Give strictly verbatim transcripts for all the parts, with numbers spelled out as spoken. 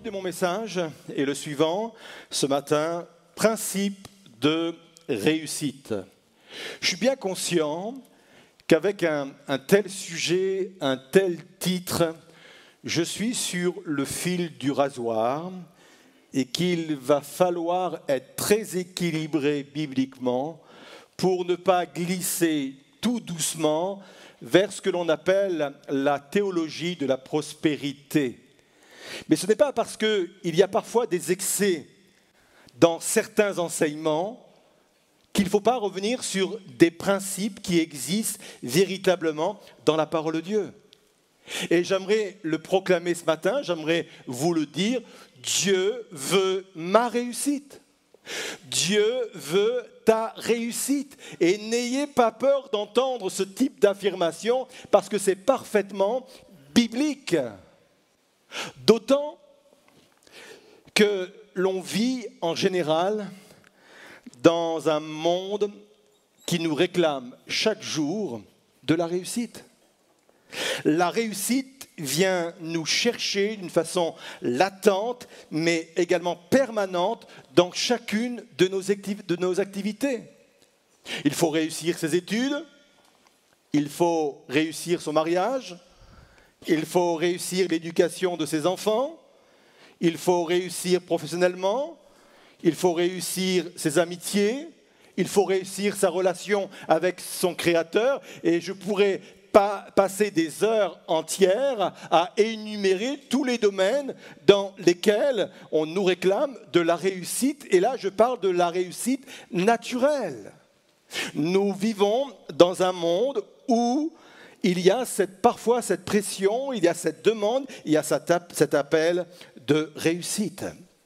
titre de mon message est le suivant, ce matin, principe de réussite. Je suis bien conscient qu'avec un, un tel sujet, un tel titre, je suis sur le fil du rasoir et qu'il va falloir être très équilibré bibliquement pour ne pas glisser tout doucement vers ce que l'on appelle la théologie de la prospérité. Mais ce n'est pas parce qu'il y a parfois des excès dans certains enseignements qu'il ne faut pas revenir sur des principes qui existent véritablement dans la parole de Dieu. Et j'aimerais le proclamer ce matin, j'aimerais vous le dire, Dieu veut ma réussite. Dieu veut ta réussite. Et n'ayez pas peur d'entendre ce type d'affirmation parce que c'est parfaitement biblique. D'autant que l'on vit en général dans un monde qui nous réclame chaque jour de la réussite. La réussite vient nous chercher d'une façon latente, mais également permanente dans chacune de nos, activ- de nos activités. Il faut réussir ses études, il faut réussir son mariage, il faut réussir l'éducation de ses enfants, il faut réussir professionnellement, il faut réussir ses amitiés, il faut réussir sa relation avec son Créateur, et je pourrais pas passer des heures entières à énumérer tous les domaines dans lesquels on nous réclame de la réussite. Et là, je parle de la réussite naturelle. Nous vivons dans un monde où il y a cette, parfois cette pression, il y a cette demande, il y a cet appel de réussite.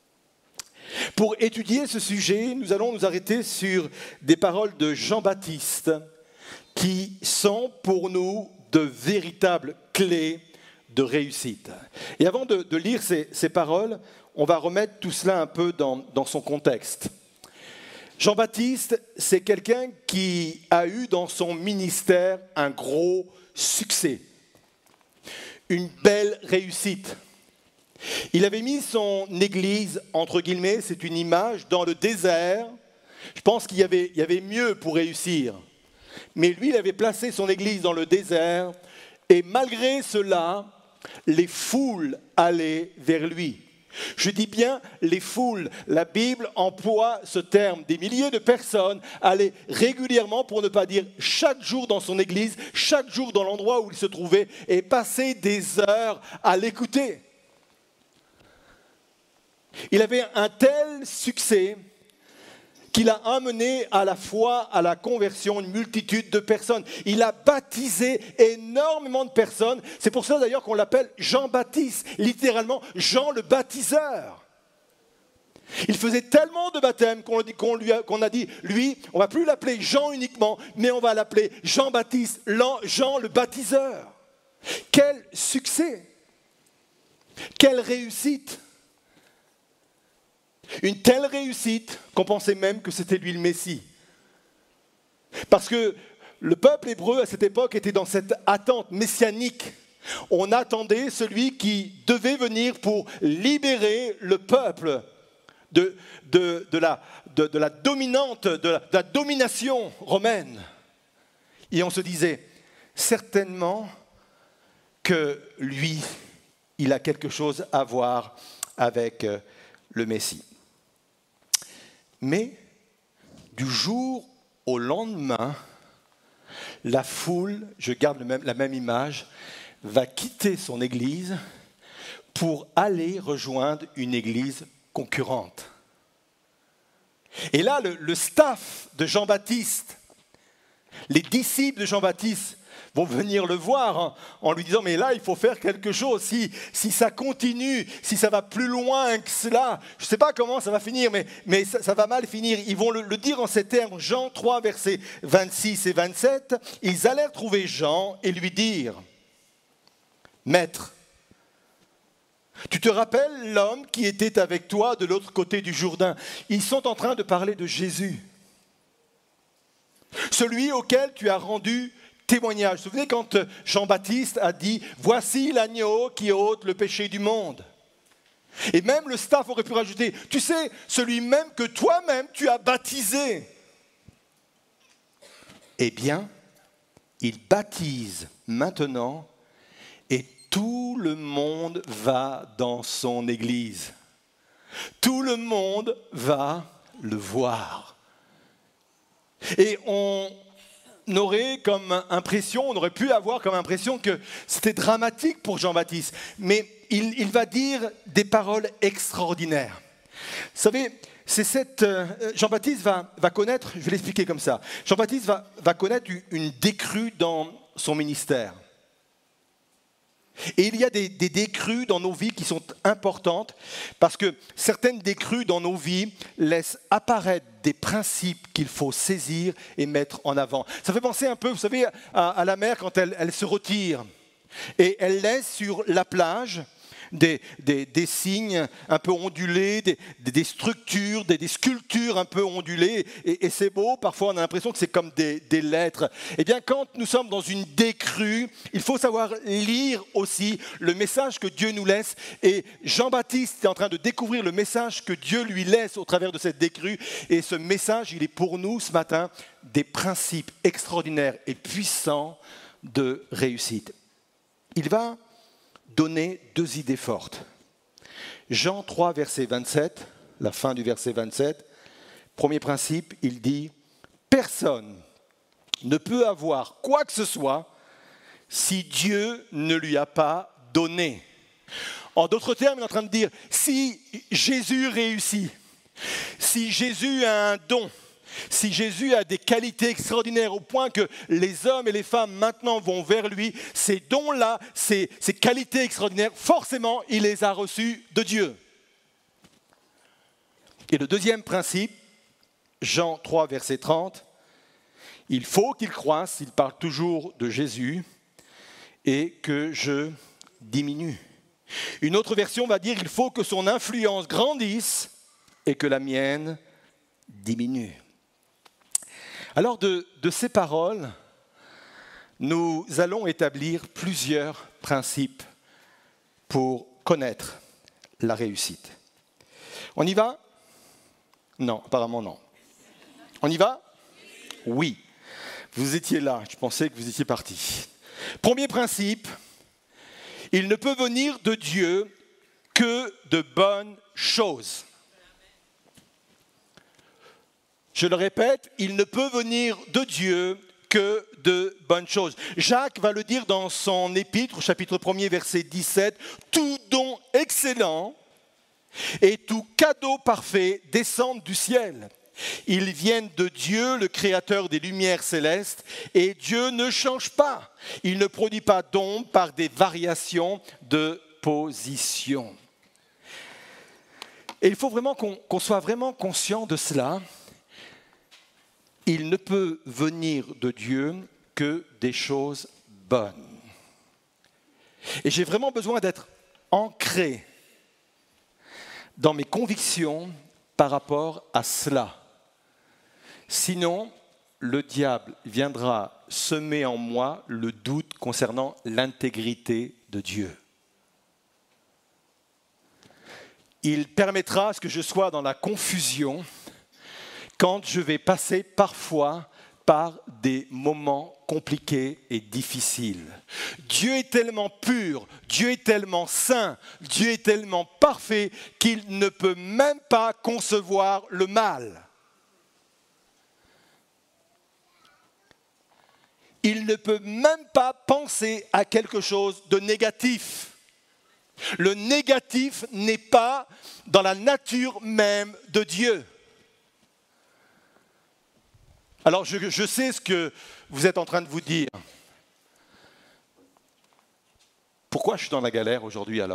Pour étudier ce sujet, nous allons nous arrêter sur des paroles de Jean-Baptiste qui sont pour nous de véritables clés de réussite. Et avant de, de lire ces, ces paroles, on va remettre tout cela un peu dans, dans son contexte. Jean-Baptiste, c'est quelqu'un qui a eu dans son ministère un gros succès, une belle réussite. Il avait mis son église, entre guillemets, c'est une image, dans le désert. Je pense qu'il y avait, il y avait mieux pour réussir. Mais lui, il avait placé son église dans le désert, et malgré cela, les foules allaient vers lui. Je dis bien les foules. La Bible emploie ce terme. Des milliers de personnes allaient régulièrement, pour ne pas dire chaque jour dans son église, chaque jour dans l'endroit où il se trouvait, et passaient des heures à l'écouter. Il avait un tel succès qu'il a amené à la foi, à la conversion, une multitude de personnes. Il a baptisé énormément de personnes. C'est pour ça d'ailleurs qu'on l'appelle Jean-Baptiste, littéralement Jean le baptiseur. Il faisait tellement de baptêmes qu'on, dit, qu'on, lui a, qu'on a dit, lui, on ne va plus l'appeler Jean uniquement, mais on va l'appeler Jean-Baptiste, Jean le baptiseur. Quel succès! Quelle réussite! Une telle réussite qu'on pensait même que c'était lui le Messie. Parce que le peuple hébreu à cette époque était dans cette attente messianique. On attendait celui qui devait venir pour libérer le peuple de, de, de, la, de, de la dominante, de la, de la domination romaine. Et on se disait certainement que lui, il a quelque chose à voir avec le Messie. Mais du jour au lendemain, la foule, je garde le même, la même image, va quitter son église pour aller rejoindre une église concurrente. Et là, le, le staff de Jean-Baptiste, les disciples de Jean-Baptiste vont venir le voir en, en lui disant « Mais là, il faut faire quelque chose. Si, si ça continue, si ça va plus loin que cela, je ne sais pas comment ça va finir, mais, mais ça, ça va mal finir. » Ils vont le, le dire en ces termes, Jean trois, versets vingt-six et vingt-sept. Ils allèrent trouver Jean et lui dire « Maître, tu te rappelles l'homme qui était avec toi de l'autre côté du Jourdain ?» Ils sont en train de parler de Jésus. Celui auquel tu as rendu témoignage. Vous vous souvenez quand Jean-Baptiste a dit « Voici l'agneau qui ôte le péché du monde ». Et même le staff aurait pu rajouter, tu sais, celui même que toi-même tu as baptisé. Eh bien, il baptise maintenant et tout le monde va dans son église. Tout le monde va le voir. Et on aurait comme impression, on aurait pu avoir comme impression que c'était dramatique pour Jean-Baptiste. Mais il, il va dire des paroles extraordinaires. Vous savez, c'est cette, euh, Jean-Baptiste va, va connaître, je vais l'expliquer comme ça, Jean-Baptiste va, va connaître une, une décrue dans son ministère. Et il y a des, des décrues dans nos vies qui sont importantes parce que certaines décrues dans nos vies laissent apparaître des principes qu'il faut saisir et mettre en avant. Ça fait penser un peu, vous savez, à, à la mer quand elle, elle se retire et elle laisse sur la plage Des, des, des signes un peu ondulés, des, des structures, des, des sculptures un peu ondulées. Et, et c'est beau, parfois on a l'impression que c'est comme des, des lettres. Eh bien, quand nous sommes dans une décrue, il faut savoir lire aussi le message que Dieu nous laisse. Et Jean-Baptiste est en train de découvrir le message que Dieu lui laisse au travers de cette décrue. Et ce message, il est pour nous ce matin des principes extraordinaires et puissants de réussite. Il va donner deux idées fortes. Jean trois, verset vingt-sept, la fin du verset vingt-sept, premier principe, il dit « Personne ne peut avoir quoi que ce soit si Dieu ne lui a pas donné. » En d'autres termes, il est en train de dire « Si Jésus réussit, si Jésus a un don, si Jésus a des qualités extraordinaires au point que les hommes et les femmes maintenant vont vers lui, ces dons-là, ces, ces qualités extraordinaires, forcément, il les a reçus de Dieu. » Et le deuxième principe, Jean trois, verset trente, il faut qu'il croisse, il parle toujours de Jésus, et que je diminue. Une autre version va dire, il faut que son influence grandisse et que la mienne diminue. Alors de, de ces paroles, nous allons établir plusieurs principes pour connaître la réussite. On y va ? Non, apparemment non. On y va ? Oui. Vous étiez là, je pensais que vous étiez partis. Premier principe, il ne peut venir de Dieu que de bonnes choses. Je le répète, il ne peut venir de Dieu que de bonnes choses. Jacques va le dire dans son épître, chapitre premier, verset dix-sept, « Tout don excellent et tout cadeau parfait descendent du ciel. Ils viennent de Dieu, le créateur des lumières célestes, et Dieu ne change pas. Il ne produit pas d'ombre par des variations de position. » Et il faut vraiment qu'on, qu'on soit vraiment conscient de cela. Il ne peut venir de Dieu que des choses bonnes. Et j'ai vraiment besoin d'être ancré dans mes convictions par rapport à cela. Sinon, le diable viendra semer en moi le doute concernant l'intégrité de Dieu. Il permettra à ce que je sois dans la confusion quand je vais passer parfois par des moments compliqués et difficiles. Dieu est tellement pur, Dieu est tellement saint, Dieu est tellement parfait qu'il ne peut même pas concevoir le mal. Il ne peut même pas penser à quelque chose de négatif. Le négatif n'est pas dans la nature même de Dieu. Alors, je, je sais ce que vous êtes en train de vous dire. Pourquoi je suis dans la galère aujourd'hui alors ?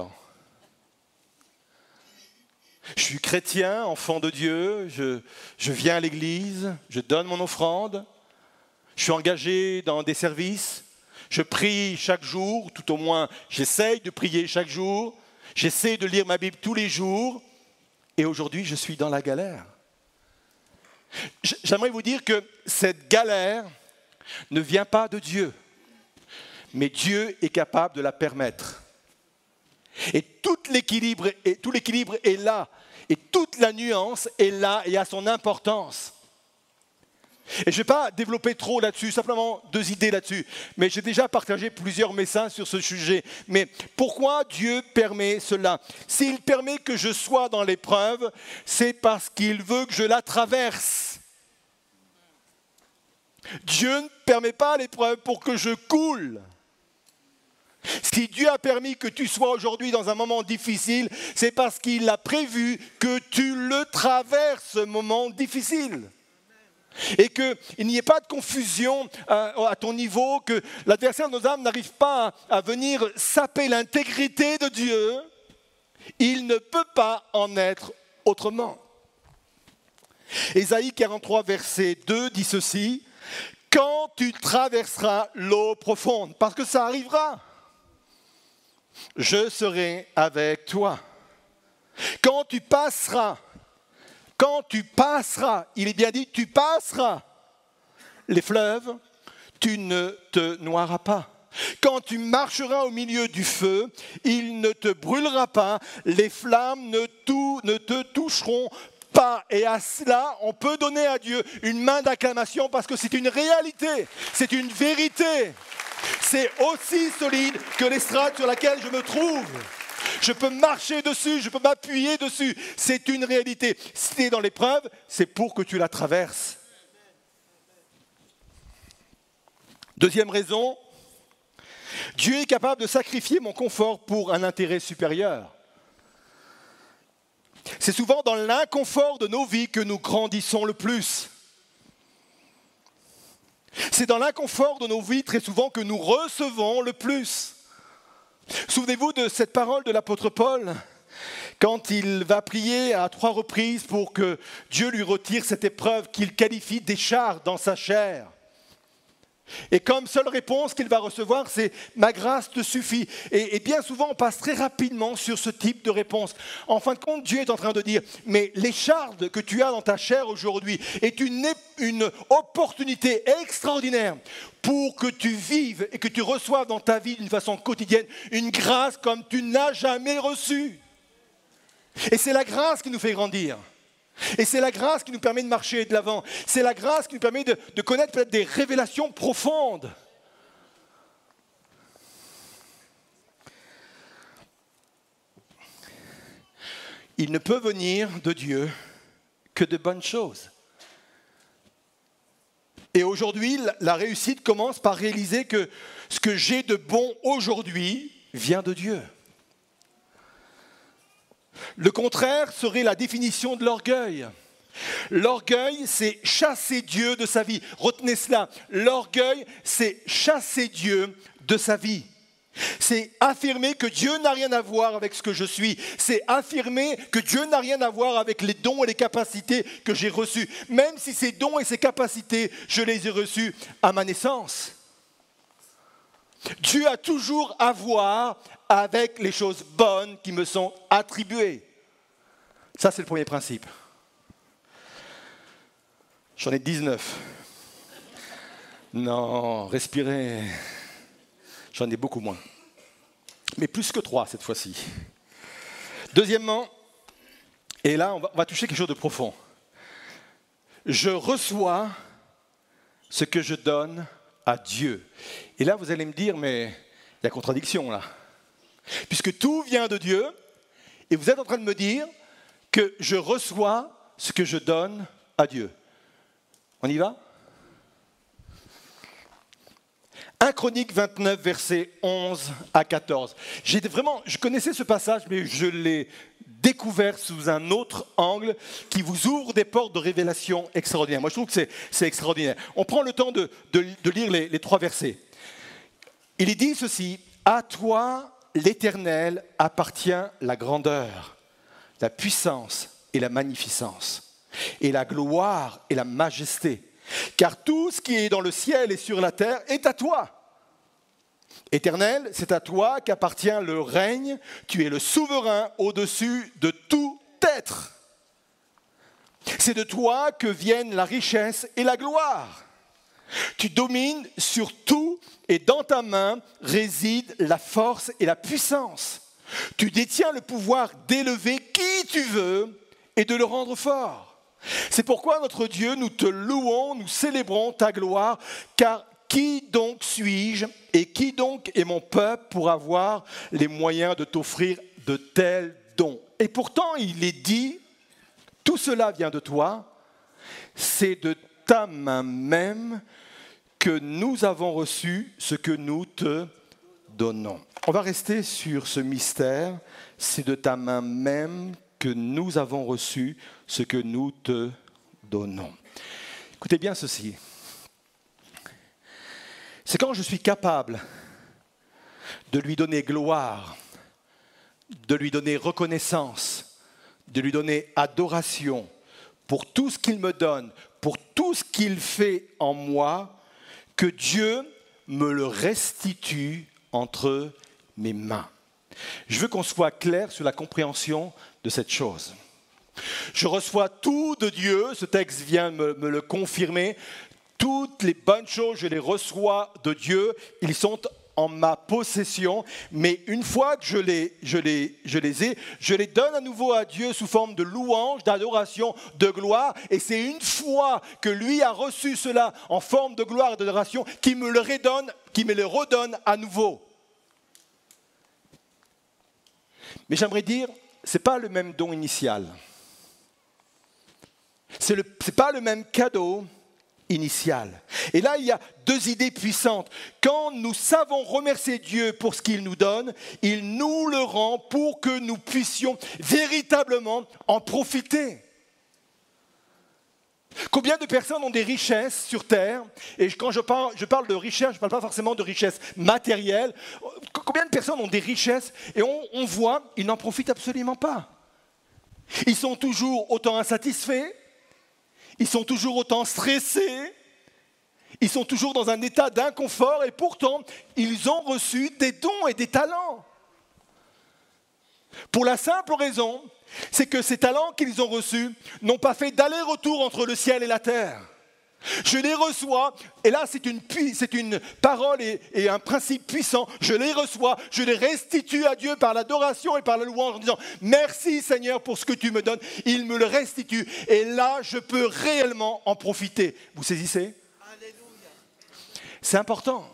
Je suis chrétien, enfant de Dieu, je, je viens à l'église, je donne mon offrande, je suis engagé dans des services, je prie chaque jour, tout au moins j'essaye de prier chaque jour, j'essaie de lire ma Bible tous les jours, et aujourd'hui je suis dans la galère. J'aimerais vous dire que cette galère ne vient pas de Dieu, mais Dieu est capable de la permettre. Et tout l'équilibre est, tout l'équilibre est là. Et toute la nuance est là et a son importance. Et je ne vais pas développer trop là-dessus, simplement deux idées là-dessus. Mais j'ai déjà partagé plusieurs messages sur ce sujet. Mais pourquoi Dieu permet cela? S'il permet que je sois dans l'épreuve, c'est parce qu'il veut que je la traverse. Dieu ne permet pas l'épreuve pour que je coule. Si Dieu a permis que tu sois aujourd'hui dans un moment difficile, c'est parce qu'il a prévu que tu le traverses, ce moment difficile. Et qu'il n'y ait pas de confusion à, à ton niveau, que l'adversaire de nos âmes n'arrive pas à, à venir saper l'intégrité de Dieu. Il ne peut pas en être autrement. Ésaïe quarante-trois, verset deux dit ceci: « Quand tu traverseras l'eau profonde, parce que ça arrivera, je serai avec toi. Quand tu passeras, quand tu passeras, il est bien dit, tu passeras les fleuves, tu ne te noieras pas. Quand tu marcheras au milieu du feu, il ne te brûlera pas, les flammes ne, tout, ne te toucheront pas. » Et à cela, on peut donner à Dieu une main d'acclamation parce que c'est une réalité, c'est une vérité. C'est aussi solide que l'estrade sur laquelle je me trouve. Je peux marcher dessus, je peux m'appuyer dessus. C'est une réalité. Si tu es dans l'épreuve, c'est pour que tu la traverses. Deuxième raison, Dieu est capable de sacrifier mon confort pour un intérêt supérieur. C'est souvent dans l'inconfort de nos vies que nous grandissons le plus. C'est dans l'inconfort de nos vies très souvent que nous recevons le plus. Souvenez-vous de cette parole de l'apôtre Paul, quand il va prier à trois reprises pour que Dieu lui retire cette épreuve qu'il qualifie d'écharpe dans sa chair. Et comme seule réponse qu'il va recevoir, c'est « ma grâce te suffit ». Et, et bien souvent, on passe très rapidement sur ce type de réponse. En fin de compte, Dieu est en train de dire « mais l'écharpe que tu as dans ta chair aujourd'hui est une, une opportunité extraordinaire pour que tu vives et que tu reçoives dans ta vie d'une façon quotidienne une grâce comme tu n'as jamais reçue ». Et c'est la grâce qui nous fait grandir. Et c'est la grâce qui nous permet de marcher de l'avant. C'est la grâce qui nous permet de, de connaître peut-être des révélations profondes. Il ne peut venir de Dieu que de bonnes choses. Et aujourd'hui, la, la réussite commence par réaliser que ce que j'ai de bon aujourd'hui vient de Dieu. Le contraire serait la définition de l'orgueil. L'orgueil, c'est chasser Dieu de sa vie. Retenez cela. L'orgueil, c'est chasser Dieu de sa vie. C'est affirmer que Dieu n'a rien à voir avec ce que je suis. C'est affirmer que Dieu n'a rien à voir avec les dons et les capacités que j'ai reçus. Même si ces dons et ces capacités, je les ai reçus à ma naissance. Dieu a toujours à voir avec les choses bonnes qui me sont attribuées. Ça, c'est le premier principe. J'en ai dix-neuf. Non, respirez. J'en ai beaucoup moins. Mais plus que trois cette fois-ci. Deuxièmement, et là, on va, on va toucher quelque chose de profond. Je reçois ce que je donne à Dieu. Et là, vous allez me dire, mais il y a contradiction là. Puisque tout vient de Dieu, et vous êtes en train de me dire que je reçois ce que je donne à Dieu. On y va ? un Chroniques vingt-neuf, versets onze à quatorze. J'ai vraiment, je connaissais ce passage, mais je l'ai découvert sous un autre angle qui vous ouvre des portes de révélation extraordinaires. Moi, je trouve que c'est, c'est extraordinaire. On prend le temps de, de, de lire les, les trois versets. Il est dit ceci, « À toi, l'Éternel, appartient la grandeur, la puissance et la magnificence, et la gloire et la majesté. Car tout ce qui est dans le ciel et sur la terre est à toi. Éternel, c'est à toi qu'appartient le règne. Tu es le souverain au-dessus de tout être. C'est de toi que viennent la richesse et la gloire. Tu domines sur tout et dans ta main réside la force et la puissance. Tu détiens le pouvoir d'élever qui tu veux et de le rendre fort. C'est pourquoi notre Dieu, nous te louons, nous célébrons ta gloire, car qui donc suis-je et qui donc est mon peuple pour avoir les moyens de t'offrir de tels dons? Et pourtant, il est dit, tout cela vient de toi, c'est de ta main même que nous avons reçu ce que nous te donnons. On va rester sur ce mystère, c'est de ta main même que nous avons reçu ce que nous te donnons. Écoutez bien ceci. C'est quand je suis capable de lui donner gloire, de lui donner reconnaissance, de lui donner adoration pour tout ce qu'il me donne, pour tout ce qu'il fait en moi, que Dieu me le restitue entre mes mains. Je veux qu'on soit clair sur la compréhension de cette chose. Je reçois tout de Dieu, ce texte vient me, me le confirmer, toutes les bonnes choses, je les reçois de Dieu, ils sont en ma possession, mais une fois que je les, je, les, je les ai, je les donne à nouveau à Dieu sous forme de louange, d'adoration, de gloire, et c'est une fois que lui a reçu cela en forme de gloire et d'adoration qu'il me le redonne, qu'il me le redonne à nouveau. Mais j'aimerais dire, ce n'est pas le même don initial. Ce n'est pas le même cadeau initial. Et là, il y a deux idées puissantes. Quand nous savons remercier Dieu pour ce qu'il nous donne, il nous le rend pour que nous puissions véritablement en profiter. Combien de personnes ont des richesses sur Terre? Et quand je parle, je parle de richesse, je ne parle pas forcément de richesse matérielle. Combien de personnes ont des richesses et on, on voit, ils n'en profitent absolument pas. Ils sont toujours autant insatisfaits, ils sont toujours autant stressés, ils sont toujours dans un état d'inconfort et pourtant, ils ont reçu des dons et des talents. Pour la simple raison, c'est que ces talents qu'ils ont reçus n'ont pas fait d'aller-retour entre le ciel et la terre. Je les reçois, et là c'est une, c'est une parole et, et un principe puissant, je les reçois, je les restitue à Dieu par l'adoration et par la louange en disant « Merci Seigneur pour ce que tu me donnes », il me le restitue, et là je peux réellement en profiter. Vous saisissez? Alléluia. C'est important.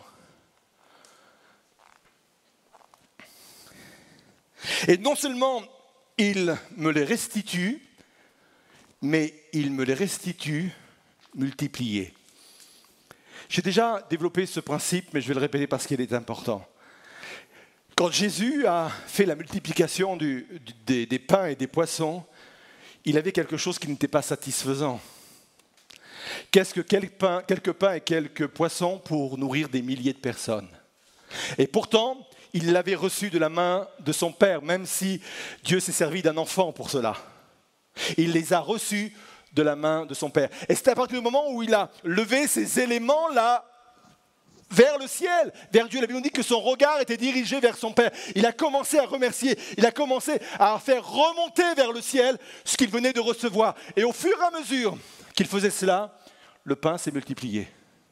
Et non seulement il me les restitue, mais il me les restitue multipliés. J'ai déjà développé ce principe, mais je vais le répéter parce qu'il est important. Quand Jésus a fait la multiplication du, du, des, des pains et des poissons, il avait quelque chose qui n'était pas satisfaisant. Qu'est-ce que quelques pains, quelques pains et quelques poissons pour nourrir des milliers de personnes? Et pourtant, il l'avait reçu de la main de son Père, même si Dieu s'est servi d'un enfant pour cela. Il les a reçus de la main de son Père. Et c'est à partir du moment où il a levé ces éléments-là vers le ciel, vers Dieu. La Bible nous dit que son regard était dirigé vers son Père. Il a commencé à remercier, il a commencé à faire remonter vers le ciel ce qu'il venait de recevoir. Et au fur et à mesure qu'il faisait cela, le pain s'est multiplié.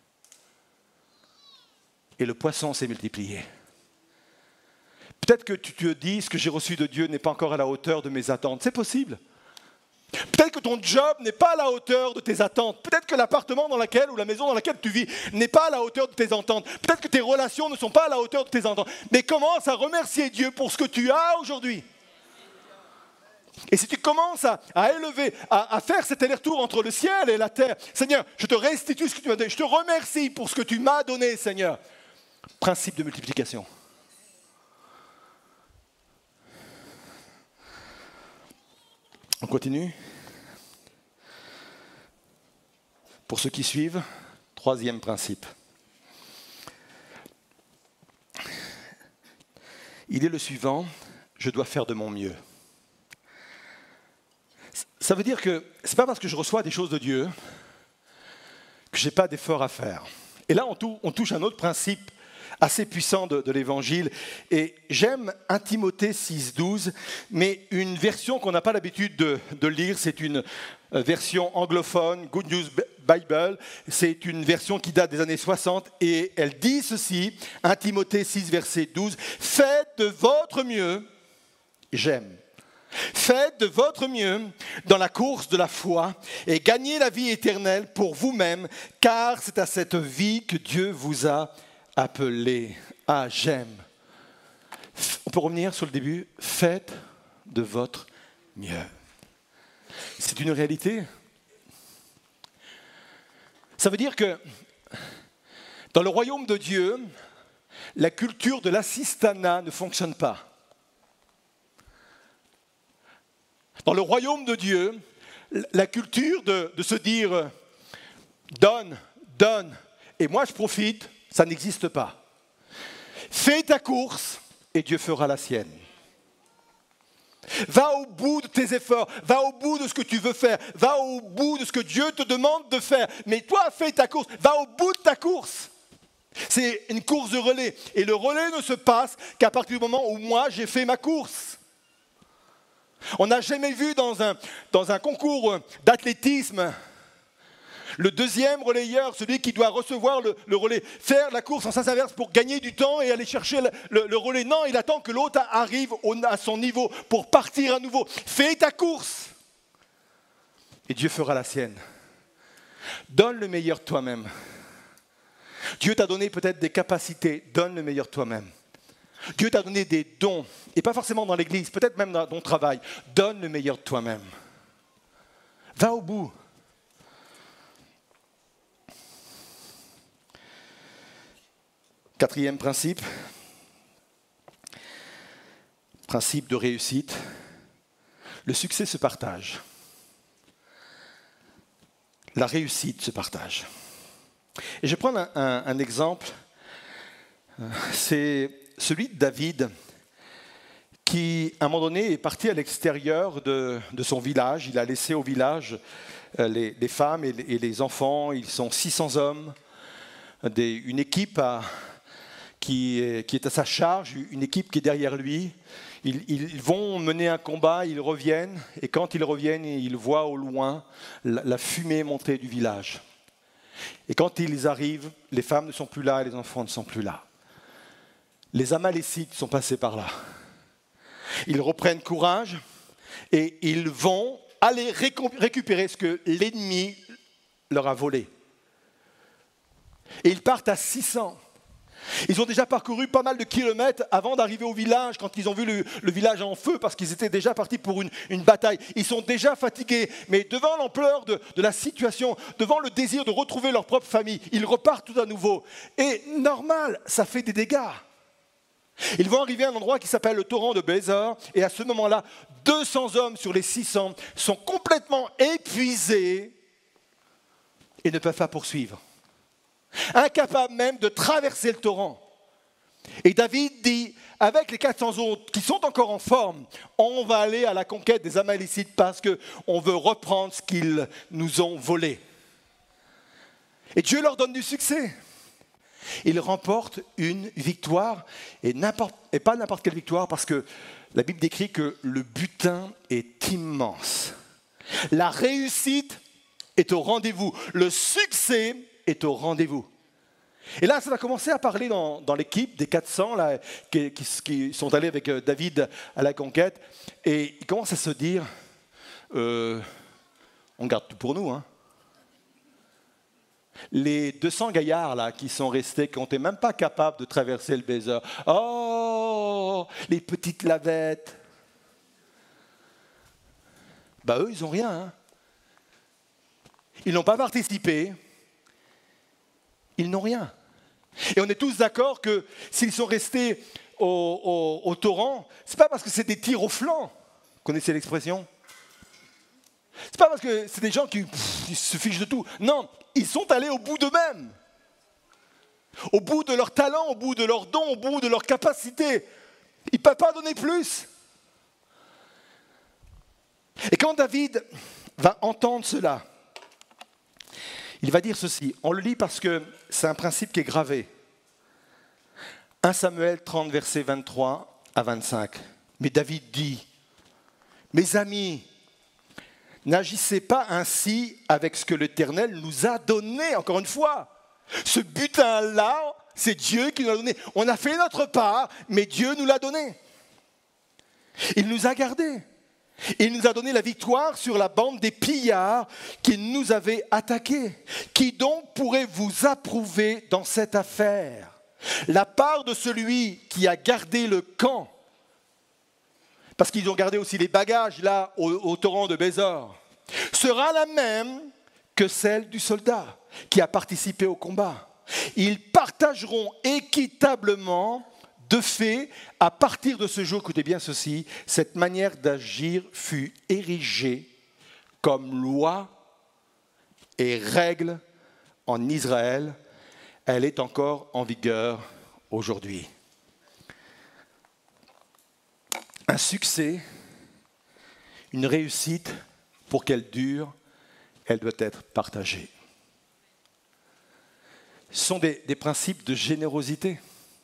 Et le poisson s'est multiplié. Peut-être que tu te dis, ce que j'ai reçu de Dieu n'est pas encore à la hauteur de mes attentes. C'est possible. Peut-être que ton job n'est pas à la hauteur de tes attentes. Peut-être que l'appartement dans lequel ou la maison dans laquelle tu vis n'est pas à la hauteur de tes attentes. Peut-être que tes relations ne sont pas à la hauteur de tes attentes. Mais commence à remercier Dieu pour ce que tu as aujourd'hui. Et si tu commences à, à élever, à, à faire cet aller-retour entre le ciel et la terre, Seigneur, je te restitue ce que tu m'as donné. Je te remercie pour ce que tu m'as donné, Seigneur. Principe de multiplication. On continue. Pour ceux qui suivent, troisième principe. Il est le suivant, je dois faire de mon mieux. Ça veut dire que ce n'est pas parce que je reçois des choses de Dieu que je n'ai pas d'effort à faire. Et là, on touche, on touche un autre principe assez puissant de, de l'Évangile. Et j'aime un Timothée six douze, mais une version qu'on n'a pas l'habitude de, de lire, c'est une version anglophone, Good News Bible. C'est une version qui date des années soixante et elle dit ceci, un Timothée six, verset douze, « Faites de votre mieux j'aime. Faites de votre mieux dans la course de la foi et gagnez la vie éternelle pour vous-même, car c'est à cette vie que Dieu vous a appelé. Ah, j'aime. On peut revenir sur le début. Faites de votre mieux. C'est une réalité. Ça veut dire que dans le royaume de Dieu, la culture de l'assistanat ne fonctionne pas. Dans le royaume de Dieu, la culture de, de se dire « donne, donne, et moi je profite », ça n'existe pas. Fais ta course et Dieu fera la sienne. Va au bout de tes efforts, va au bout de ce que tu veux faire, va au bout de ce que Dieu te demande de faire. Mais toi, fais ta course, va au bout de ta course. C'est une course de relais. Et le relais ne se passe qu'à partir du moment où moi, j'ai fait ma course. On n'a jamais vu dans un, dans un concours d'athlétisme le deuxième relayeur, celui qui doit recevoir le, le relais, faire la course en sens inverse pour gagner du temps et aller chercher le, le, le relais. Non, il attend que l'autre arrive au, à son niveau pour partir à nouveau. Fais ta course et Dieu fera la sienne. Donne le meilleur de toi-même. Dieu t'a donné peut-être des capacités, donne le meilleur de toi-même. Dieu t'a donné des dons, et pas forcément dans l'église, peut-être même dans ton travail. Donne le meilleur de toi-même. Va au bout. Quatrième principe, principe de réussite, le succès se partage. La réussite se partage. Et je vais prendre un, un, un exemple, c'est celui de David, qui, à un moment donné, est parti à l'extérieur de, de son village. Il a laissé au village les, les femmes et les, et les enfants. Ils sont six cents hommes, des, une équipe à, qui, est, qui est à sa charge, une équipe qui est derrière lui. Ils, ils vont mener un combat, ils reviennent, et quand ils reviennent, ils voient au loin la, la fumée monter du village. Et quand ils arrivent, les femmes ne sont plus là et les enfants ne sont plus là. Les Amalécites sont passés par là. Ils reprennent courage et ils vont aller récupérer ce que l'ennemi leur a volé. Et ils partent à six cents. Ils ont déjà parcouru pas mal de kilomètres avant d'arriver au village, quand ils ont vu le, le village en feu, parce qu'ils étaient déjà partis pour une, une bataille. Ils sont déjà fatigués, mais devant l'ampleur de, de la situation, devant le désir de retrouver leur propre famille, ils repartent tout à nouveau. Et normal, ça fait des dégâts. Ils vont arriver à un endroit qui s'appelle le torrent de Bézor, et à ce moment-là, deux cents hommes sur les six cents sont complètement épuisés et ne peuvent pas poursuivre. Incapables même de traverser le torrent. Et David dit, avec les quatre cents autres qui sont encore en forme, on va aller à la conquête des Amalécites parce qu'on veut reprendre ce qu'ils nous ont volé. Et Dieu leur donne du succès. Ils remportent une victoire, et, et pas n'importe quelle victoire, parce que la Bible décrit que le butin est immense. La réussite est au rendez-vous. Le succès est au rendez-vous. Et là, ça va commencer à parler dans, dans l'équipe des quatre cents là, qui, qui, qui sont allés avec David à la conquête. Et ils commencent à se dire, euh, on garde tout pour nous, hein. Les deux cents gaillards là, qui sont restés, qui n'étaient même pas capables de traverser le Bézor. Oh, les petites lavettes. Bah eux, ils n'ont rien. Hein. Ils n'ont pas participé. Ils n'ont rien. Et on est tous d'accord que s'ils sont restés au, au, au torrent, ce n'est pas parce que c'est des tirs au flanc. Vous connaissez l'expression? C'est pas parce que c'est des gens qui, pff, qui se fichent de tout. Non, ils sont allés au bout d'eux-mêmes. Au bout de leur talent, au bout de leurs dons, au bout de leur capacité. Ils ne peuvent pas donner plus. Et quand David va entendre cela, il va dire ceci. On le lit parce que c'est un principe qui est gravé. premier Samuel trente, versets vingt-trois à vingt-cinq. Mais David dit, mes amis, n'agissez pas ainsi avec ce que l'Éternel nous a donné, encore une fois. Ce butin-là, c'est Dieu qui nous l'a donné. On a fait notre part, mais Dieu nous l'a donné. Il nous a gardés. Il nous a donné la victoire sur la bande des pillards qui nous avaient attaqués. Qui donc pourrait vous approuver dans cette affaire? La part de celui qui a gardé le camp, parce qu'ils ont gardé aussi les bagages là au, au torrent de Bézor, sera la même que celle du soldat qui a participé au combat. Ils partageront équitablement. De fait, à partir de ce jour, écoutez bien ceci, cette manière d'agir fut érigée comme loi et règle en Israël. Elle est encore en vigueur aujourd'hui. Un succès, une réussite, pour qu'elle dure, elle doit être partagée. Ce sont des, des principes de générosité.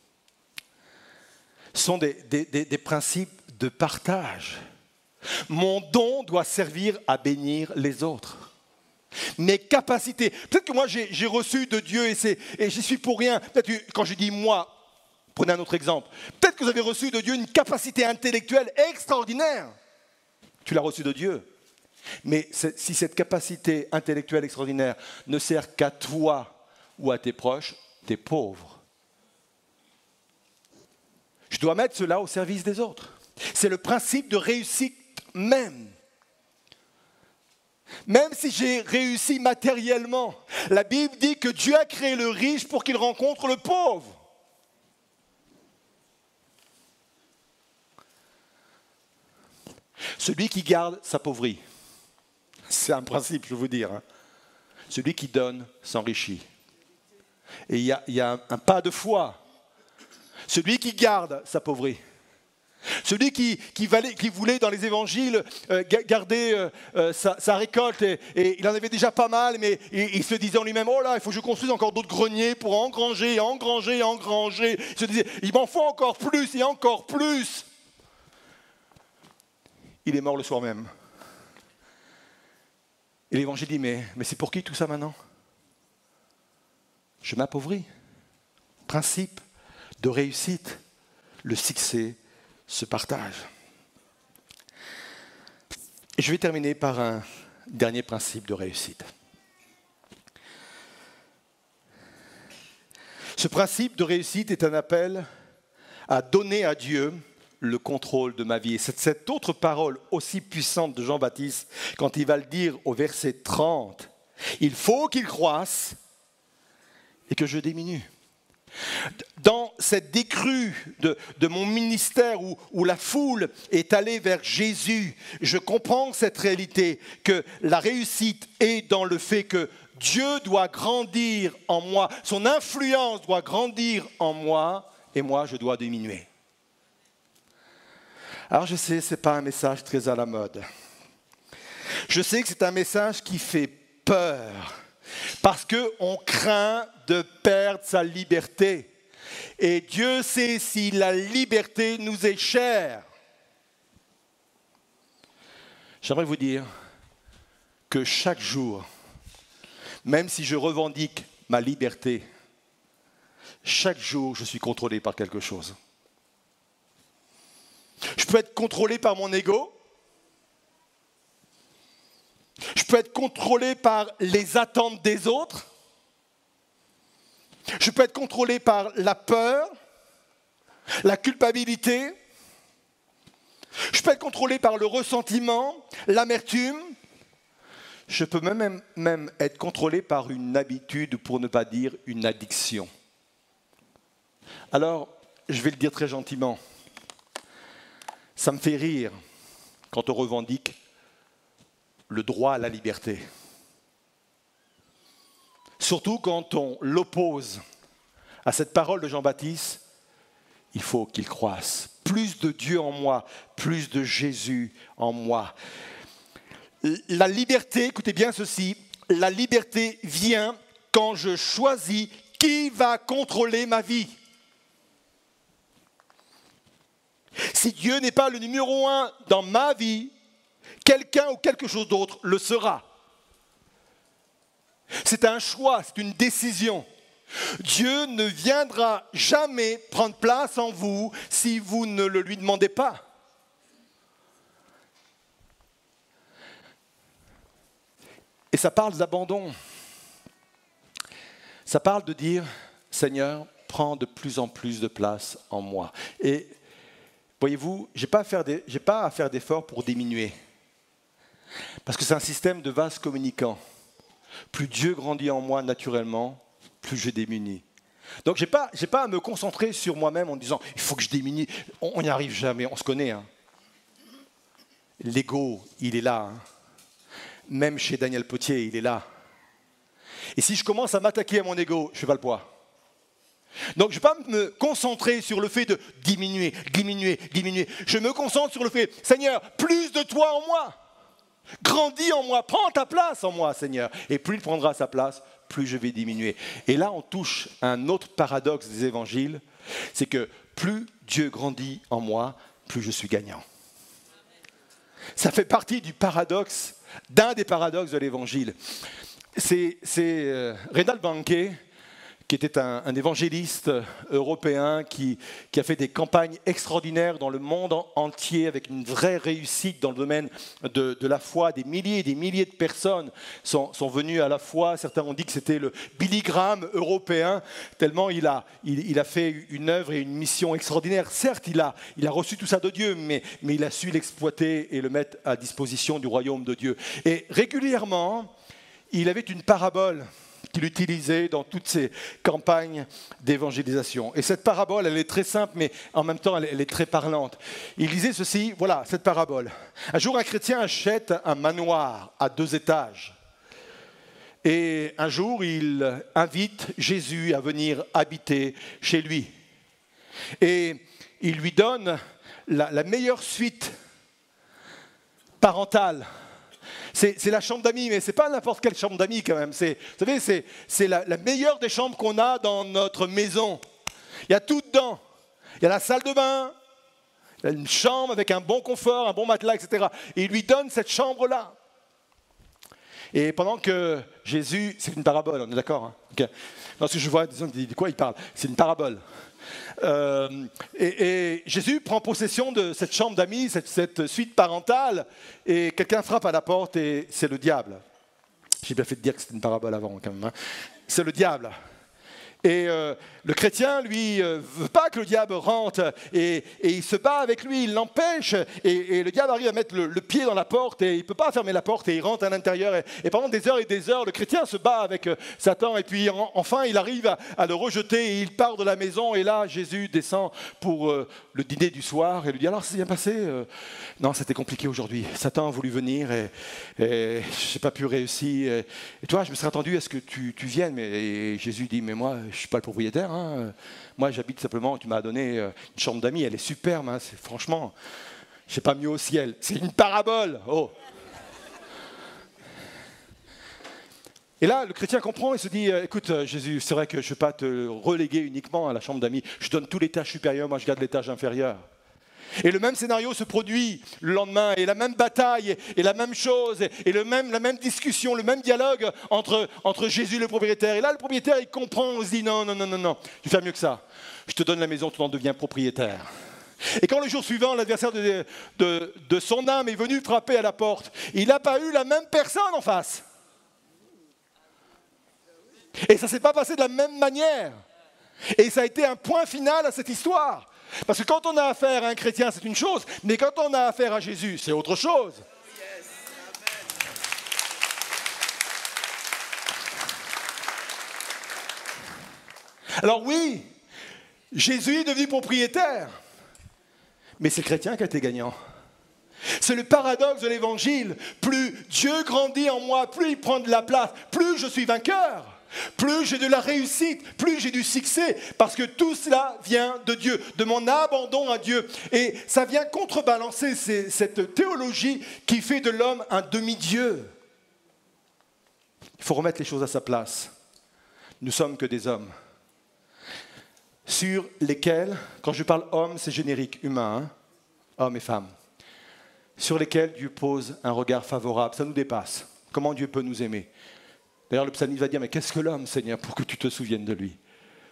Sont des, des, des, des principes de partage. Mon don doit servir à bénir les autres. Mes capacités. Peut-être que moi j'ai, j'ai reçu de Dieu et, c'est, et j'y suis pour rien. Peut-être que quand je dis moi, prenez un autre exemple. Peut-être que vous avez reçu de Dieu une capacité intellectuelle extraordinaire. Tu l'as reçu de Dieu. Mais si cette capacité intellectuelle extraordinaire ne sert qu'à toi ou à tes proches, tu es pauvre. Je dois mettre cela au service des autres. C'est le principe de réussite même. Même si j'ai réussi matériellement, la Bible dit que Dieu a créé le riche pour qu'il rencontre le pauvre. Celui qui garde s'appauvrit. C'est un principe, je veux vous dire. Hein. Celui qui donne s'enrichit. Et il y a, il y a un, un pas de foi. Celui qui garde s'appauvrit. Celui qui, qui, valait, qui voulait dans les évangiles euh, garder euh, euh, sa, sa récolte, et, et il en avait déjà pas mal, mais il, il se disait en lui-même, oh là, il faut que je construise encore d'autres greniers pour engranger, engranger, engranger. Il se disait, il m'en faut encore plus et encore plus. Il est mort le soir même. Et l'évangile dit, mais, mais c'est pour qui tout ça maintenant? Je m'appauvris. Principe de réussite, le succès se partage. Et je vais terminer par un dernier principe de réussite. Ce principe de réussite est un appel à donner à Dieu le contrôle de ma vie. Et c'est cette autre parole aussi puissante de Jean-Baptiste, quand il va le dire au verset trente, il faut qu'il croisse et que je diminue. Dans cette décrue de, de mon ministère où, où la foule est allée vers Jésus, je comprends cette réalité que la réussite est dans le fait que Dieu doit grandir en moi, son influence doit grandir en moi et moi je dois diminuer. Alors je sais, ce n'est pas un message très à la mode. Je sais que c'est un message qui fait peur. Parce qu'on craint de perdre sa liberté. Et Dieu sait si la liberté nous est chère. J'aimerais vous dire que chaque jour, même si je revendique ma liberté, chaque jour je suis contrôlé par quelque chose. Je peux être contrôlé par mon ego. Je peux être contrôlé par les attentes des autres. Je peux être contrôlé par la peur, la culpabilité. Je peux être contrôlé par le ressentiment, l'amertume. Je peux même, même être contrôlé par une habitude, pour ne pas dire une addiction. Alors, je vais le dire très gentiment. Ça me fait rire quand on revendique le droit à la liberté. Surtout quand on l'oppose à cette parole de Jean-Baptiste, il faut qu'il croisse. Plus de Dieu en moi, plus de Jésus en moi. La liberté, écoutez bien ceci, la liberté vient quand je choisis qui va contrôler ma vie. Si Dieu n'est pas le numéro un dans ma vie, quelqu'un ou quelque chose d'autre le sera. C'est un choix, c'est une décision. Dieu ne viendra jamais prendre place en vous si vous ne le lui demandez pas. ça parle d'abandon. Ça parle de dire, Seigneur, prends de plus en plus de place en moi. Et voyez-vous, je n'ai pas à faire des- j'ai pas à faire d'efforts pour diminuer. Parce que c'est un système de vase communicant. Plus Dieu grandit en moi naturellement, plus je diminue. Donc je n'ai pas, j'ai pas à me concentrer sur moi-même en disant, il faut que je diminue. On n'y arrive jamais, on se connaît. Hein. L'ego, il est là. Hein. Même chez Daniel Potier, il est là. Et si je commence à m'attaquer à mon ego, je ne fais pas le poids. Donc je ne vais pas me concentrer sur le fait de diminuer, diminuer, diminuer. Je me concentre sur le fait, Seigneur, plus de toi en moi. Grandis en moi, prends ta place en moi, Seigneur. Et plus il prendra sa place, plus je vais diminuer. Et là, on touche à un autre paradoxe des évangiles, c'est que plus Dieu grandit en moi, plus je suis gagnant. Ça fait partie du paradoxe, d'un des paradoxes de l'évangile. C'est, c'est euh, Reinhard Bonnke, qui était un, un évangéliste européen qui, qui a fait des campagnes extraordinaires dans le monde entier avec une vraie réussite dans le domaine de, de la foi. Des milliers et des milliers de personnes sont, sont venues à la foi. Certains ont dit que c'était le Billy Graham européen, tellement il a, il, il a fait une œuvre et une mission extraordinaire. Certes, il a, il a reçu tout ça de Dieu, mais, mais il a su l'exploiter et le mettre à disposition du royaume de Dieu. Et régulièrement, il avait une parabole qu'il utilisait dans toutes ses campagnes d'évangélisation. Et cette parabole, elle est très simple, mais en même temps, elle, elle est très parlante. Il disait ceci, voilà, cette parabole. Un jour, un chrétien achète un manoir à deux étages. Et un jour, il invite Jésus à venir habiter chez lui. Et il lui donne la, la meilleure suite parentale. C'est, c'est la chambre d'amis, mais ce n'est pas n'importe quelle chambre d'amis quand même. C'est, vous savez, c'est, c'est la, la meilleure des chambres qu'on a dans notre maison. Il y a tout dedans. Il y a la salle de bain, il y a une chambre avec un bon confort, un bon matelas, et cetera. Et il lui donne cette chambre-là. Et pendant que Jésus, c'est une parabole, on est d'accord hein okay. Non, ce que je vois, disons, de quoi il parle? C'est une parabole. Euh, et, et Jésus prend possession de cette chambre d'amis, cette, cette suite parentale, et quelqu'un frappe à la porte et c'est le diable. J'ai bien fait de dire que c'était une parabole avant quand même. Hein. C'est le diable. Et euh, le chrétien, lui, ne euh, veut pas que le diable rentre et, et il se bat avec lui, il l'empêche. Et, et le diable arrive à mettre le, le pied dans la porte et il ne peut pas fermer la porte et il rentre à l'intérieur. Et, et pendant des heures et des heures, le chrétien se bat avec euh, Satan et puis en, enfin il arrive à, à le rejeter et il part de la maison. Et là, Jésus descend pour euh, le dîner du soir et lui dit « Alors, c'est bien passé euh, ?»« Non, c'était compliqué aujourd'hui. Satan a voulu venir et, et je n'ai pas pu réussir. Et, et toi, je me serais attendu à ce que tu, tu viennes. » Mais et Jésus dit « Mais moi, je ne suis pas le propriétaire. Hein. Moi, j'habite simplement, tu m'as donné une chambre d'amis, elle est superbe. Hein. C'est, franchement, je n'ai pas mieux au ciel. C'est une parabole. Oh. » Et là, le chrétien comprend et se dit, écoute, Jésus, c'est vrai que je ne vais pas te reléguer uniquement à la chambre d'amis. Je donne tout l'étage supérieur, moi je garde l'étage inférieur. Et le même scénario se produit le lendemain, et la même bataille, et la même chose, et le même, la même discussion, le même dialogue entre, entre Jésus et le propriétaire. Et là, le propriétaire, il comprend, on se dit, non, non, non, non, non, je vais faire mieux que ça. Je te donne la maison, tu en deviens propriétaire. Et quand le jour suivant, l'adversaire de, de, de son âme est venu frapper à la porte, il n'a pas eu la même personne en face. Et ça ne s'est pas passé de la même manière. Et ça a été un point final à cette histoire. Parce que quand on a affaire à un chrétien, c'est une chose, mais quand on a affaire à Jésus, c'est autre chose. Alors oui, Jésus est devenu propriétaire, mais c'est le chrétien qui a été gagnant. C'est le paradoxe de l'évangile. Plus Dieu grandit en moi, plus il prend de la place, plus je suis vainqueur. Plus j'ai de la réussite, plus j'ai du succès, parce que tout cela vient de Dieu, de mon abandon à Dieu. Et ça vient contrebalancer ces, cette théologie qui fait de l'homme un demi-dieu. Il faut remettre les choses à sa place. Nous ne sommes que des hommes, sur lesquels, quand je parle homme, c'est générique, humain, hein, hommes et femmes, sur lesquels Dieu pose un regard favorable. Ça nous dépasse. Comment Dieu peut nous aimer ? D'ailleurs, le psalmiste va dire, mais qu'est-ce que l'homme, Seigneur, pour que tu te souviennes de lui?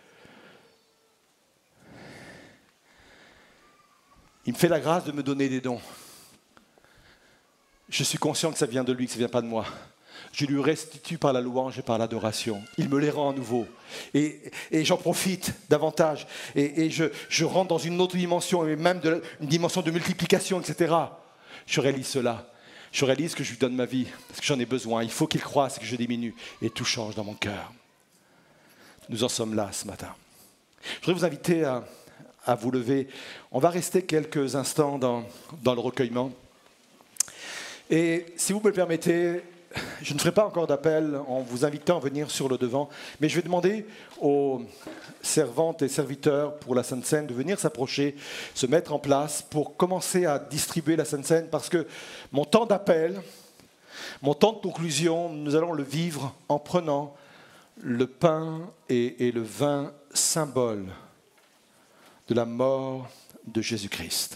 Il me fait la grâce de me donner des dons. Je suis conscient que ça vient de lui, que ça ne vient pas de moi. je lui restitue par la louange et par l'adoration. Il me les rend à nouveau. Et, et j'en profite davantage. Et, et je, je rentre dans une autre dimension, et même de, une dimension de multiplication, et cetera. Je réalise cela. Je réalise que je lui donne ma vie, parce que j'en ai besoin. Il faut qu'il croisse et que je diminue. Et tout change dans mon cœur. Nous en sommes là ce matin. Je voudrais vous inviter à, à vous lever. On va rester quelques instants dans, dans le recueillement. Et si vous me le permettez, je ne ferai pas encore d'appel en vous invitant à venir sur le devant, mais je vais demander aux servantes et serviteurs pour la Sainte Seine de venir s'approcher, se mettre en place pour commencer à distribuer la Sainte Seine, parce que mon temps d'appel, mon temps de conclusion, nous allons le vivre en prenant le pain et, et le vin, symbole de la mort de Jésus-Christ.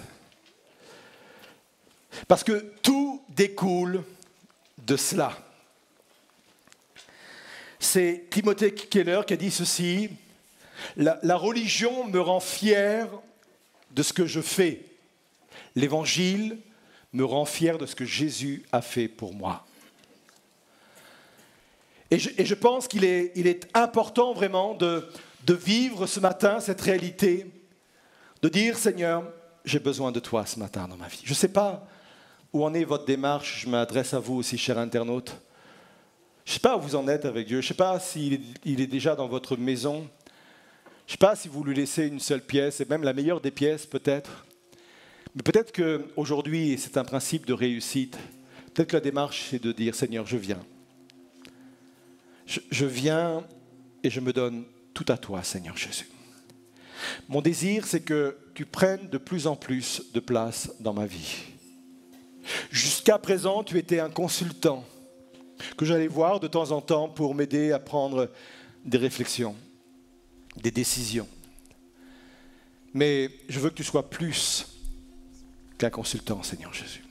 Parce que tout découle de cela. C'est Timothée Keller qui a dit ceci: la, la religion me rend fier de ce que je fais. L'évangile me rend fier de ce que Jésus a fait pour moi. Et je, et je pense qu'il est, il est important vraiment de, de vivre ce matin cette réalité, de dire: Seigneur, j'ai besoin de toi ce matin dans ma vie. Je ne sais pas où en est votre démarche, je m'adresse à vous aussi, chers internautes. Je ne sais pas où vous en êtes avec Dieu, je ne sais pas s'il est, il est déjà dans votre maison, je ne sais pas si vous lui laissez une seule pièce, et même la meilleure des pièces peut-être. Mais peut-être qu'aujourd'hui, c'est un principe de réussite, peut-être que la démarche c'est de dire: Seigneur, je viens. Je, je viens et je me donne tout à toi, Seigneur Jésus. Mon désir, c'est que tu prennes de plus en plus de place dans ma vie. Jusqu'à présent, tu étais un consultant que j'allais voir de temps en temps pour m'aider à prendre des réflexions, des décisions. Mais je veux que tu sois plus qu'un consultant, Seigneur Jésus.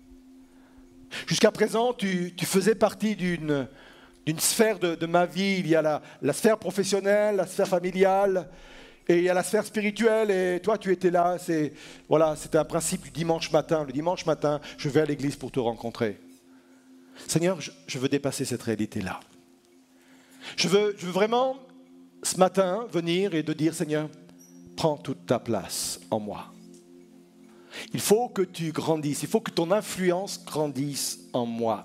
Jusqu'à présent, tu, tu faisais partie d'une, d'une sphère de, de ma vie. Il y a la, la sphère professionnelle, la sphère familiale, et il y a la sphère spirituelle, et toi tu étais là, c'est, voilà, c'était un principe du dimanche matin. Le dimanche matin, je vais à l'église pour te rencontrer. Seigneur, je, je veux dépasser cette réalité-là. Je veux, je veux vraiment, ce matin, venir et de dire: Seigneur, prends toute ta place en moi. Il faut que tu grandisses, il faut que ton influence grandisse en moi.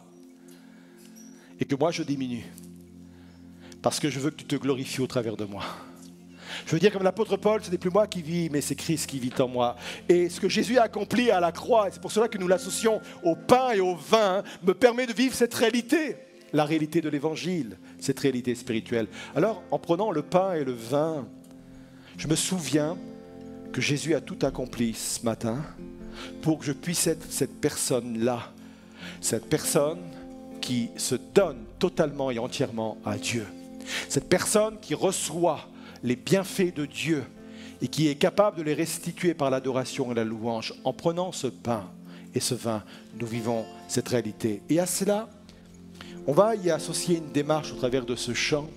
Et que moi je diminue. Parce que je veux que tu te glorifies au travers de moi. Je veux dire, comme l'apôtre Paul, ce n'est plus moi qui vis, mais c'est Christ qui vit en moi. Et ce que Jésus a accompli à la croix, et c'est pour cela que nous l'associons au pain et au vin, me permet de vivre cette réalité, la réalité de l'évangile, cette réalité spirituelle. Alors, en prenant le pain et le vin, je me souviens que Jésus a tout accompli ce matin pour que je puisse être cette personne-là, cette personne qui se donne totalement et entièrement à Dieu, cette personne qui reçoit les bienfaits de Dieu et qui est capable de les restituer par l'adoration et la louange. En prenant ce pain et ce vin, nous vivons cette réalité. Et à cela, on va y associer une démarche au travers de ce chant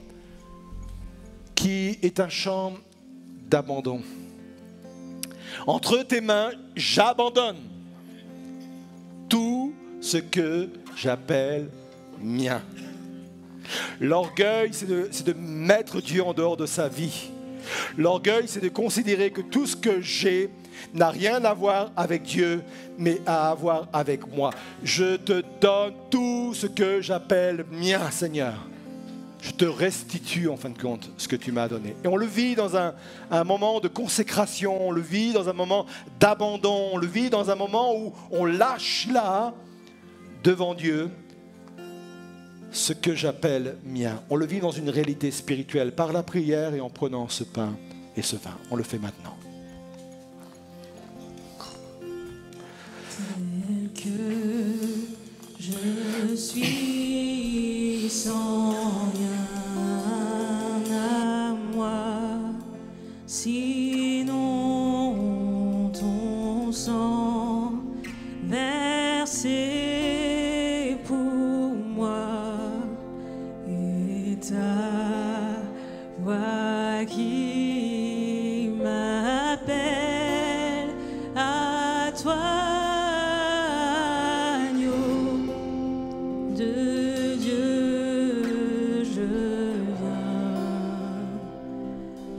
qui est un chant d'abandon. Entre tes mains, j'abandonne tout ce que j'appelle mien. L'orgueil, c'est de, c'est de mettre Dieu en dehors de sa vie. L'orgueil, c'est de considérer que tout ce que j'ai n'a rien à voir avec Dieu, mais à voir avec moi. Je te donne tout ce que j'appelle mien, Seigneur. Je te restitue, en fin de compte, ce que tu m'as donné. Et on le vit dans un, un moment de consécration, on le vit dans un moment d'abandon, on le vit dans un moment où on lâche là, devant Dieu, ce que j'appelle mien. On le vit dans une réalité spirituelle, par la prière et en prenant ce pain et ce vin. On le fait maintenant. Tel que je suis sans rien à moi, sinon ton sang versé ta voix qui m'appelle à toi, agneau de Dieu.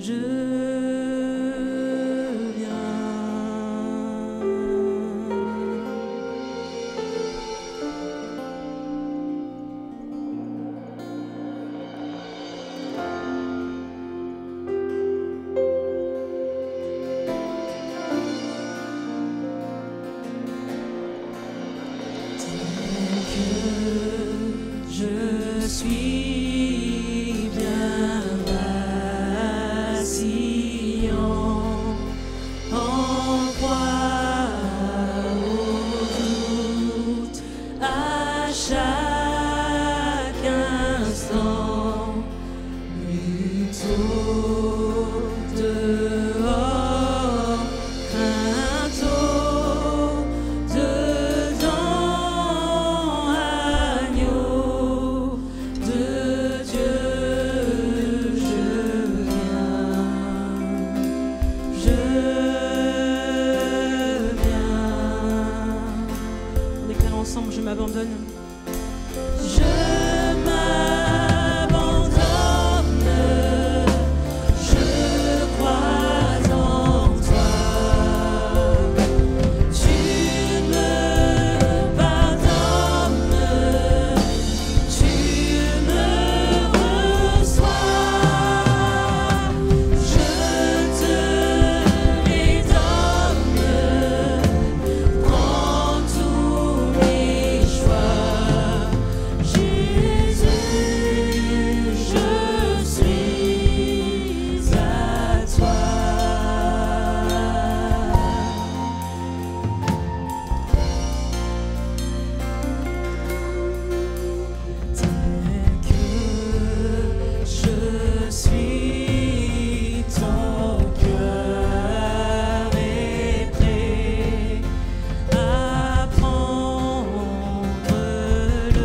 Je suis bien vacillant en croix au doute à chaque instant, plutôt dehors, craintot dedans, agneau de Dieu, je viens, je viens. On déclare ensemble, je m'abandonne. Je m'abandonne, je crois en toi. Tu me pardonnes, tu me reçois. Je te les donne, prends tous mes choix. Jésus, je suis à toi. Tel que je suis, ton cœur est prêt à prendre le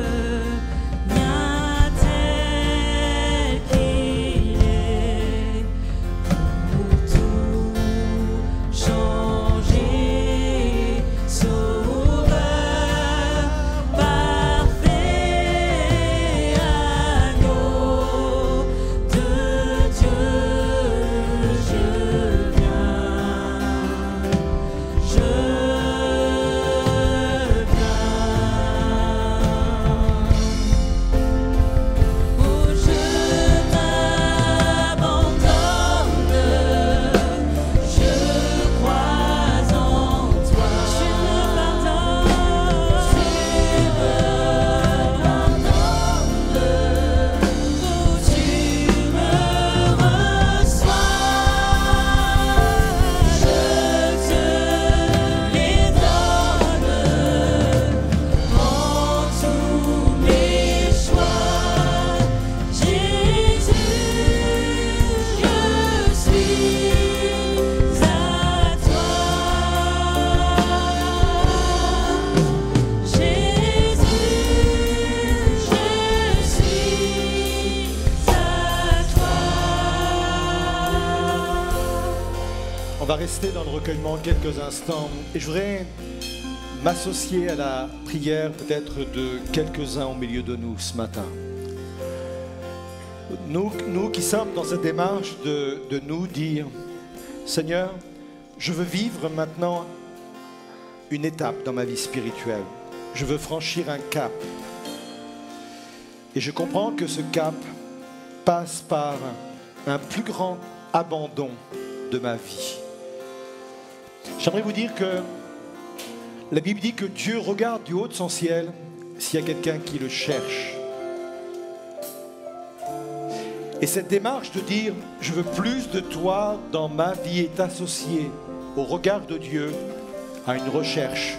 mien tel qu'il est, pour tout changer, sauveur parfait, agneau de Dieu, je viens, je viens. Oh, je m'abandonne, je crois en toi. Tu me pardonnes, tu me pardonnes, oh, tu me reçois. Je te les donne, prends tous mes choix. Jésus, je suis à toi. Jésus, je suis à toi. On va rester dans le recueillement quelques instants et je voudrais m'associer à la prière peut-être de quelques-uns au milieu de nous ce matin. Nous, nous qui sommes dans cette démarche de, de nous dire, Seigneur, je veux vivre maintenant une étape dans ma vie spirituelle. Je veux franchir un cap. Et je comprends que ce cap passe par un plus grand abandon de ma vie. J'aimerais vous dire que la Bible dit que Dieu regarde du haut de son ciel s'il y a quelqu'un qui le cherche. Et cette démarche de dire « je veux plus de toi dans ma vie » est associée au regard de Dieu à une recherche.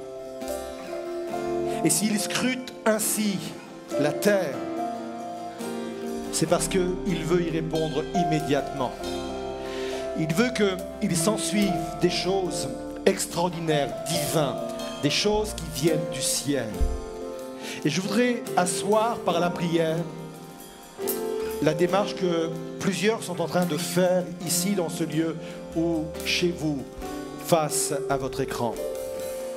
Et s'il scrute ainsi la terre, c'est parce qu'il veut y répondre immédiatement. Il veut qu'il s'ensuive des choses extraordinaires, divines, des choses qui viennent du ciel. Et je voudrais asseoir par la prière la démarche que plusieurs sont en train de faire ici dans ce lieu ou chez vous, face à votre écran.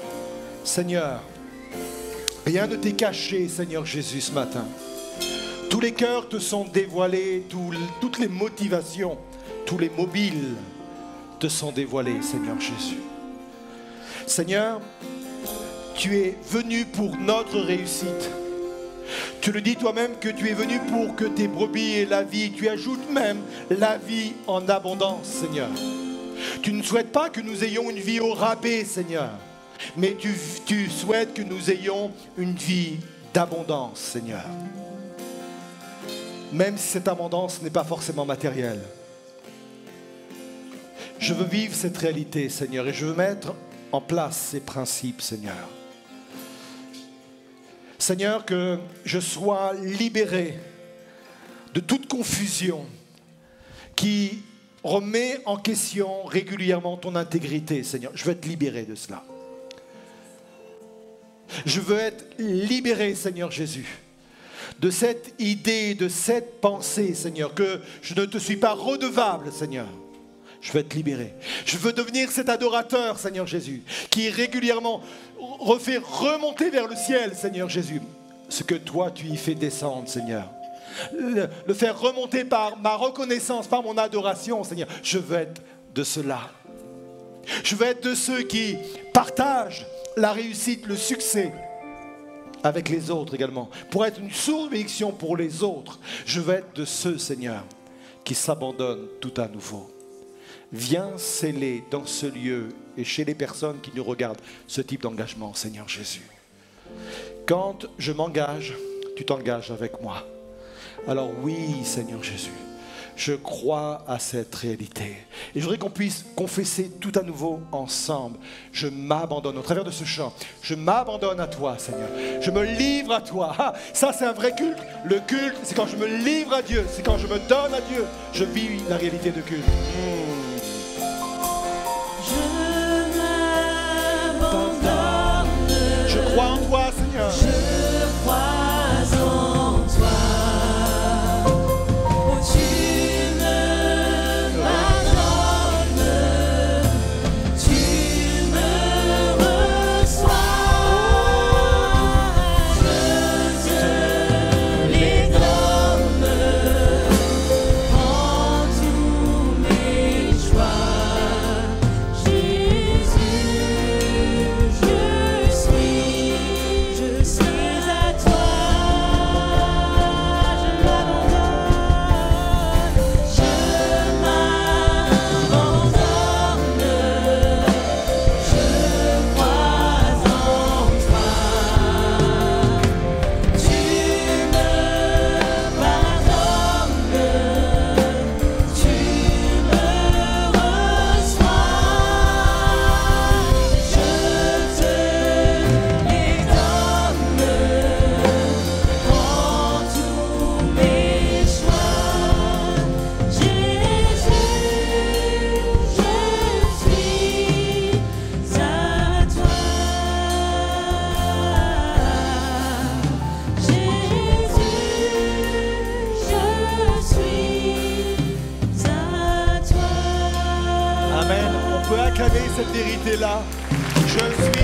Seigneur, rien ne t'est caché, Seigneur Jésus, ce matin. Tous les cœurs te sont dévoilés, tout- toutes les motivations, tous les mobiles te sont dévoilés, Seigneur Jésus. Seigneur, tu es venu pour notre réussite. Tu le dis toi-même que tu es venu pour que tes brebis aient la vie. Tu ajoutes même la vie en abondance, Seigneur. Tu ne souhaites pas que nous ayons une vie au rabais, Seigneur, mais tu, tu souhaites que nous ayons une vie d'abondance, Seigneur. Même si cette abondance n'est pas forcément matérielle. Je veux vivre cette réalité, Seigneur, et je veux mettre en place ces principes, Seigneur. Seigneur, que je sois libéré de toute confusion qui remet en question régulièrement ton intégrité, Seigneur. Je veux être libéré de cela. Je veux être libéré, Seigneur Jésus, de cette idée, de cette pensée, Seigneur, que je ne te suis pas redevable, Seigneur. Je veux être libéré. Je veux devenir cet adorateur, Seigneur Jésus, qui régulièrement refait remonter vers le ciel, Seigneur Jésus, ce que toi tu y fais descendre, Seigneur. Le, le faire remonter par ma reconnaissance, par mon adoration, Seigneur. Je veux être de cela. Je veux être de ceux qui partagent la réussite, le succès avec les autres également, pour être une source de bénédiction pour les autres. Je veux être de ceux, Seigneur, qui s'abandonnent tout à nouveau. Viens sceller dans ce lieu et chez les personnes qui nous regardent ce type d'engagement, Seigneur Jésus. Quand je m'engage, tu t'engages avec moi. Alors oui, Seigneur Jésus, je crois à cette réalité. Et je voudrais qu'on puisse confesser tout à nouveau ensemble. Je m'abandonne au travers de ce chant. Je m'abandonne à toi, Seigneur. Je me livre à toi. Ah, ça, c'est un vrai culte. Le culte, c'est quand je me livre à Dieu. C'est quand je me donne à Dieu. Je vis la réalité de culte. Mmh. Je crois en toi, Seigneur. Je crois en toi. Oh, tu me pardonnes, tu me reçois. Je te les donne, prends tous mes choix. Jésus, je suis, je suis à toi. Je m'abandonne, je m'abandonne. Je crois en toi. Tu me pardonnes, tu me reçois. Je te les donne, prends tous mes choix. Jésus, je suis à toi. Jésus, je suis à toi. Amen. On peut acclamer cette vérité-là. Je suis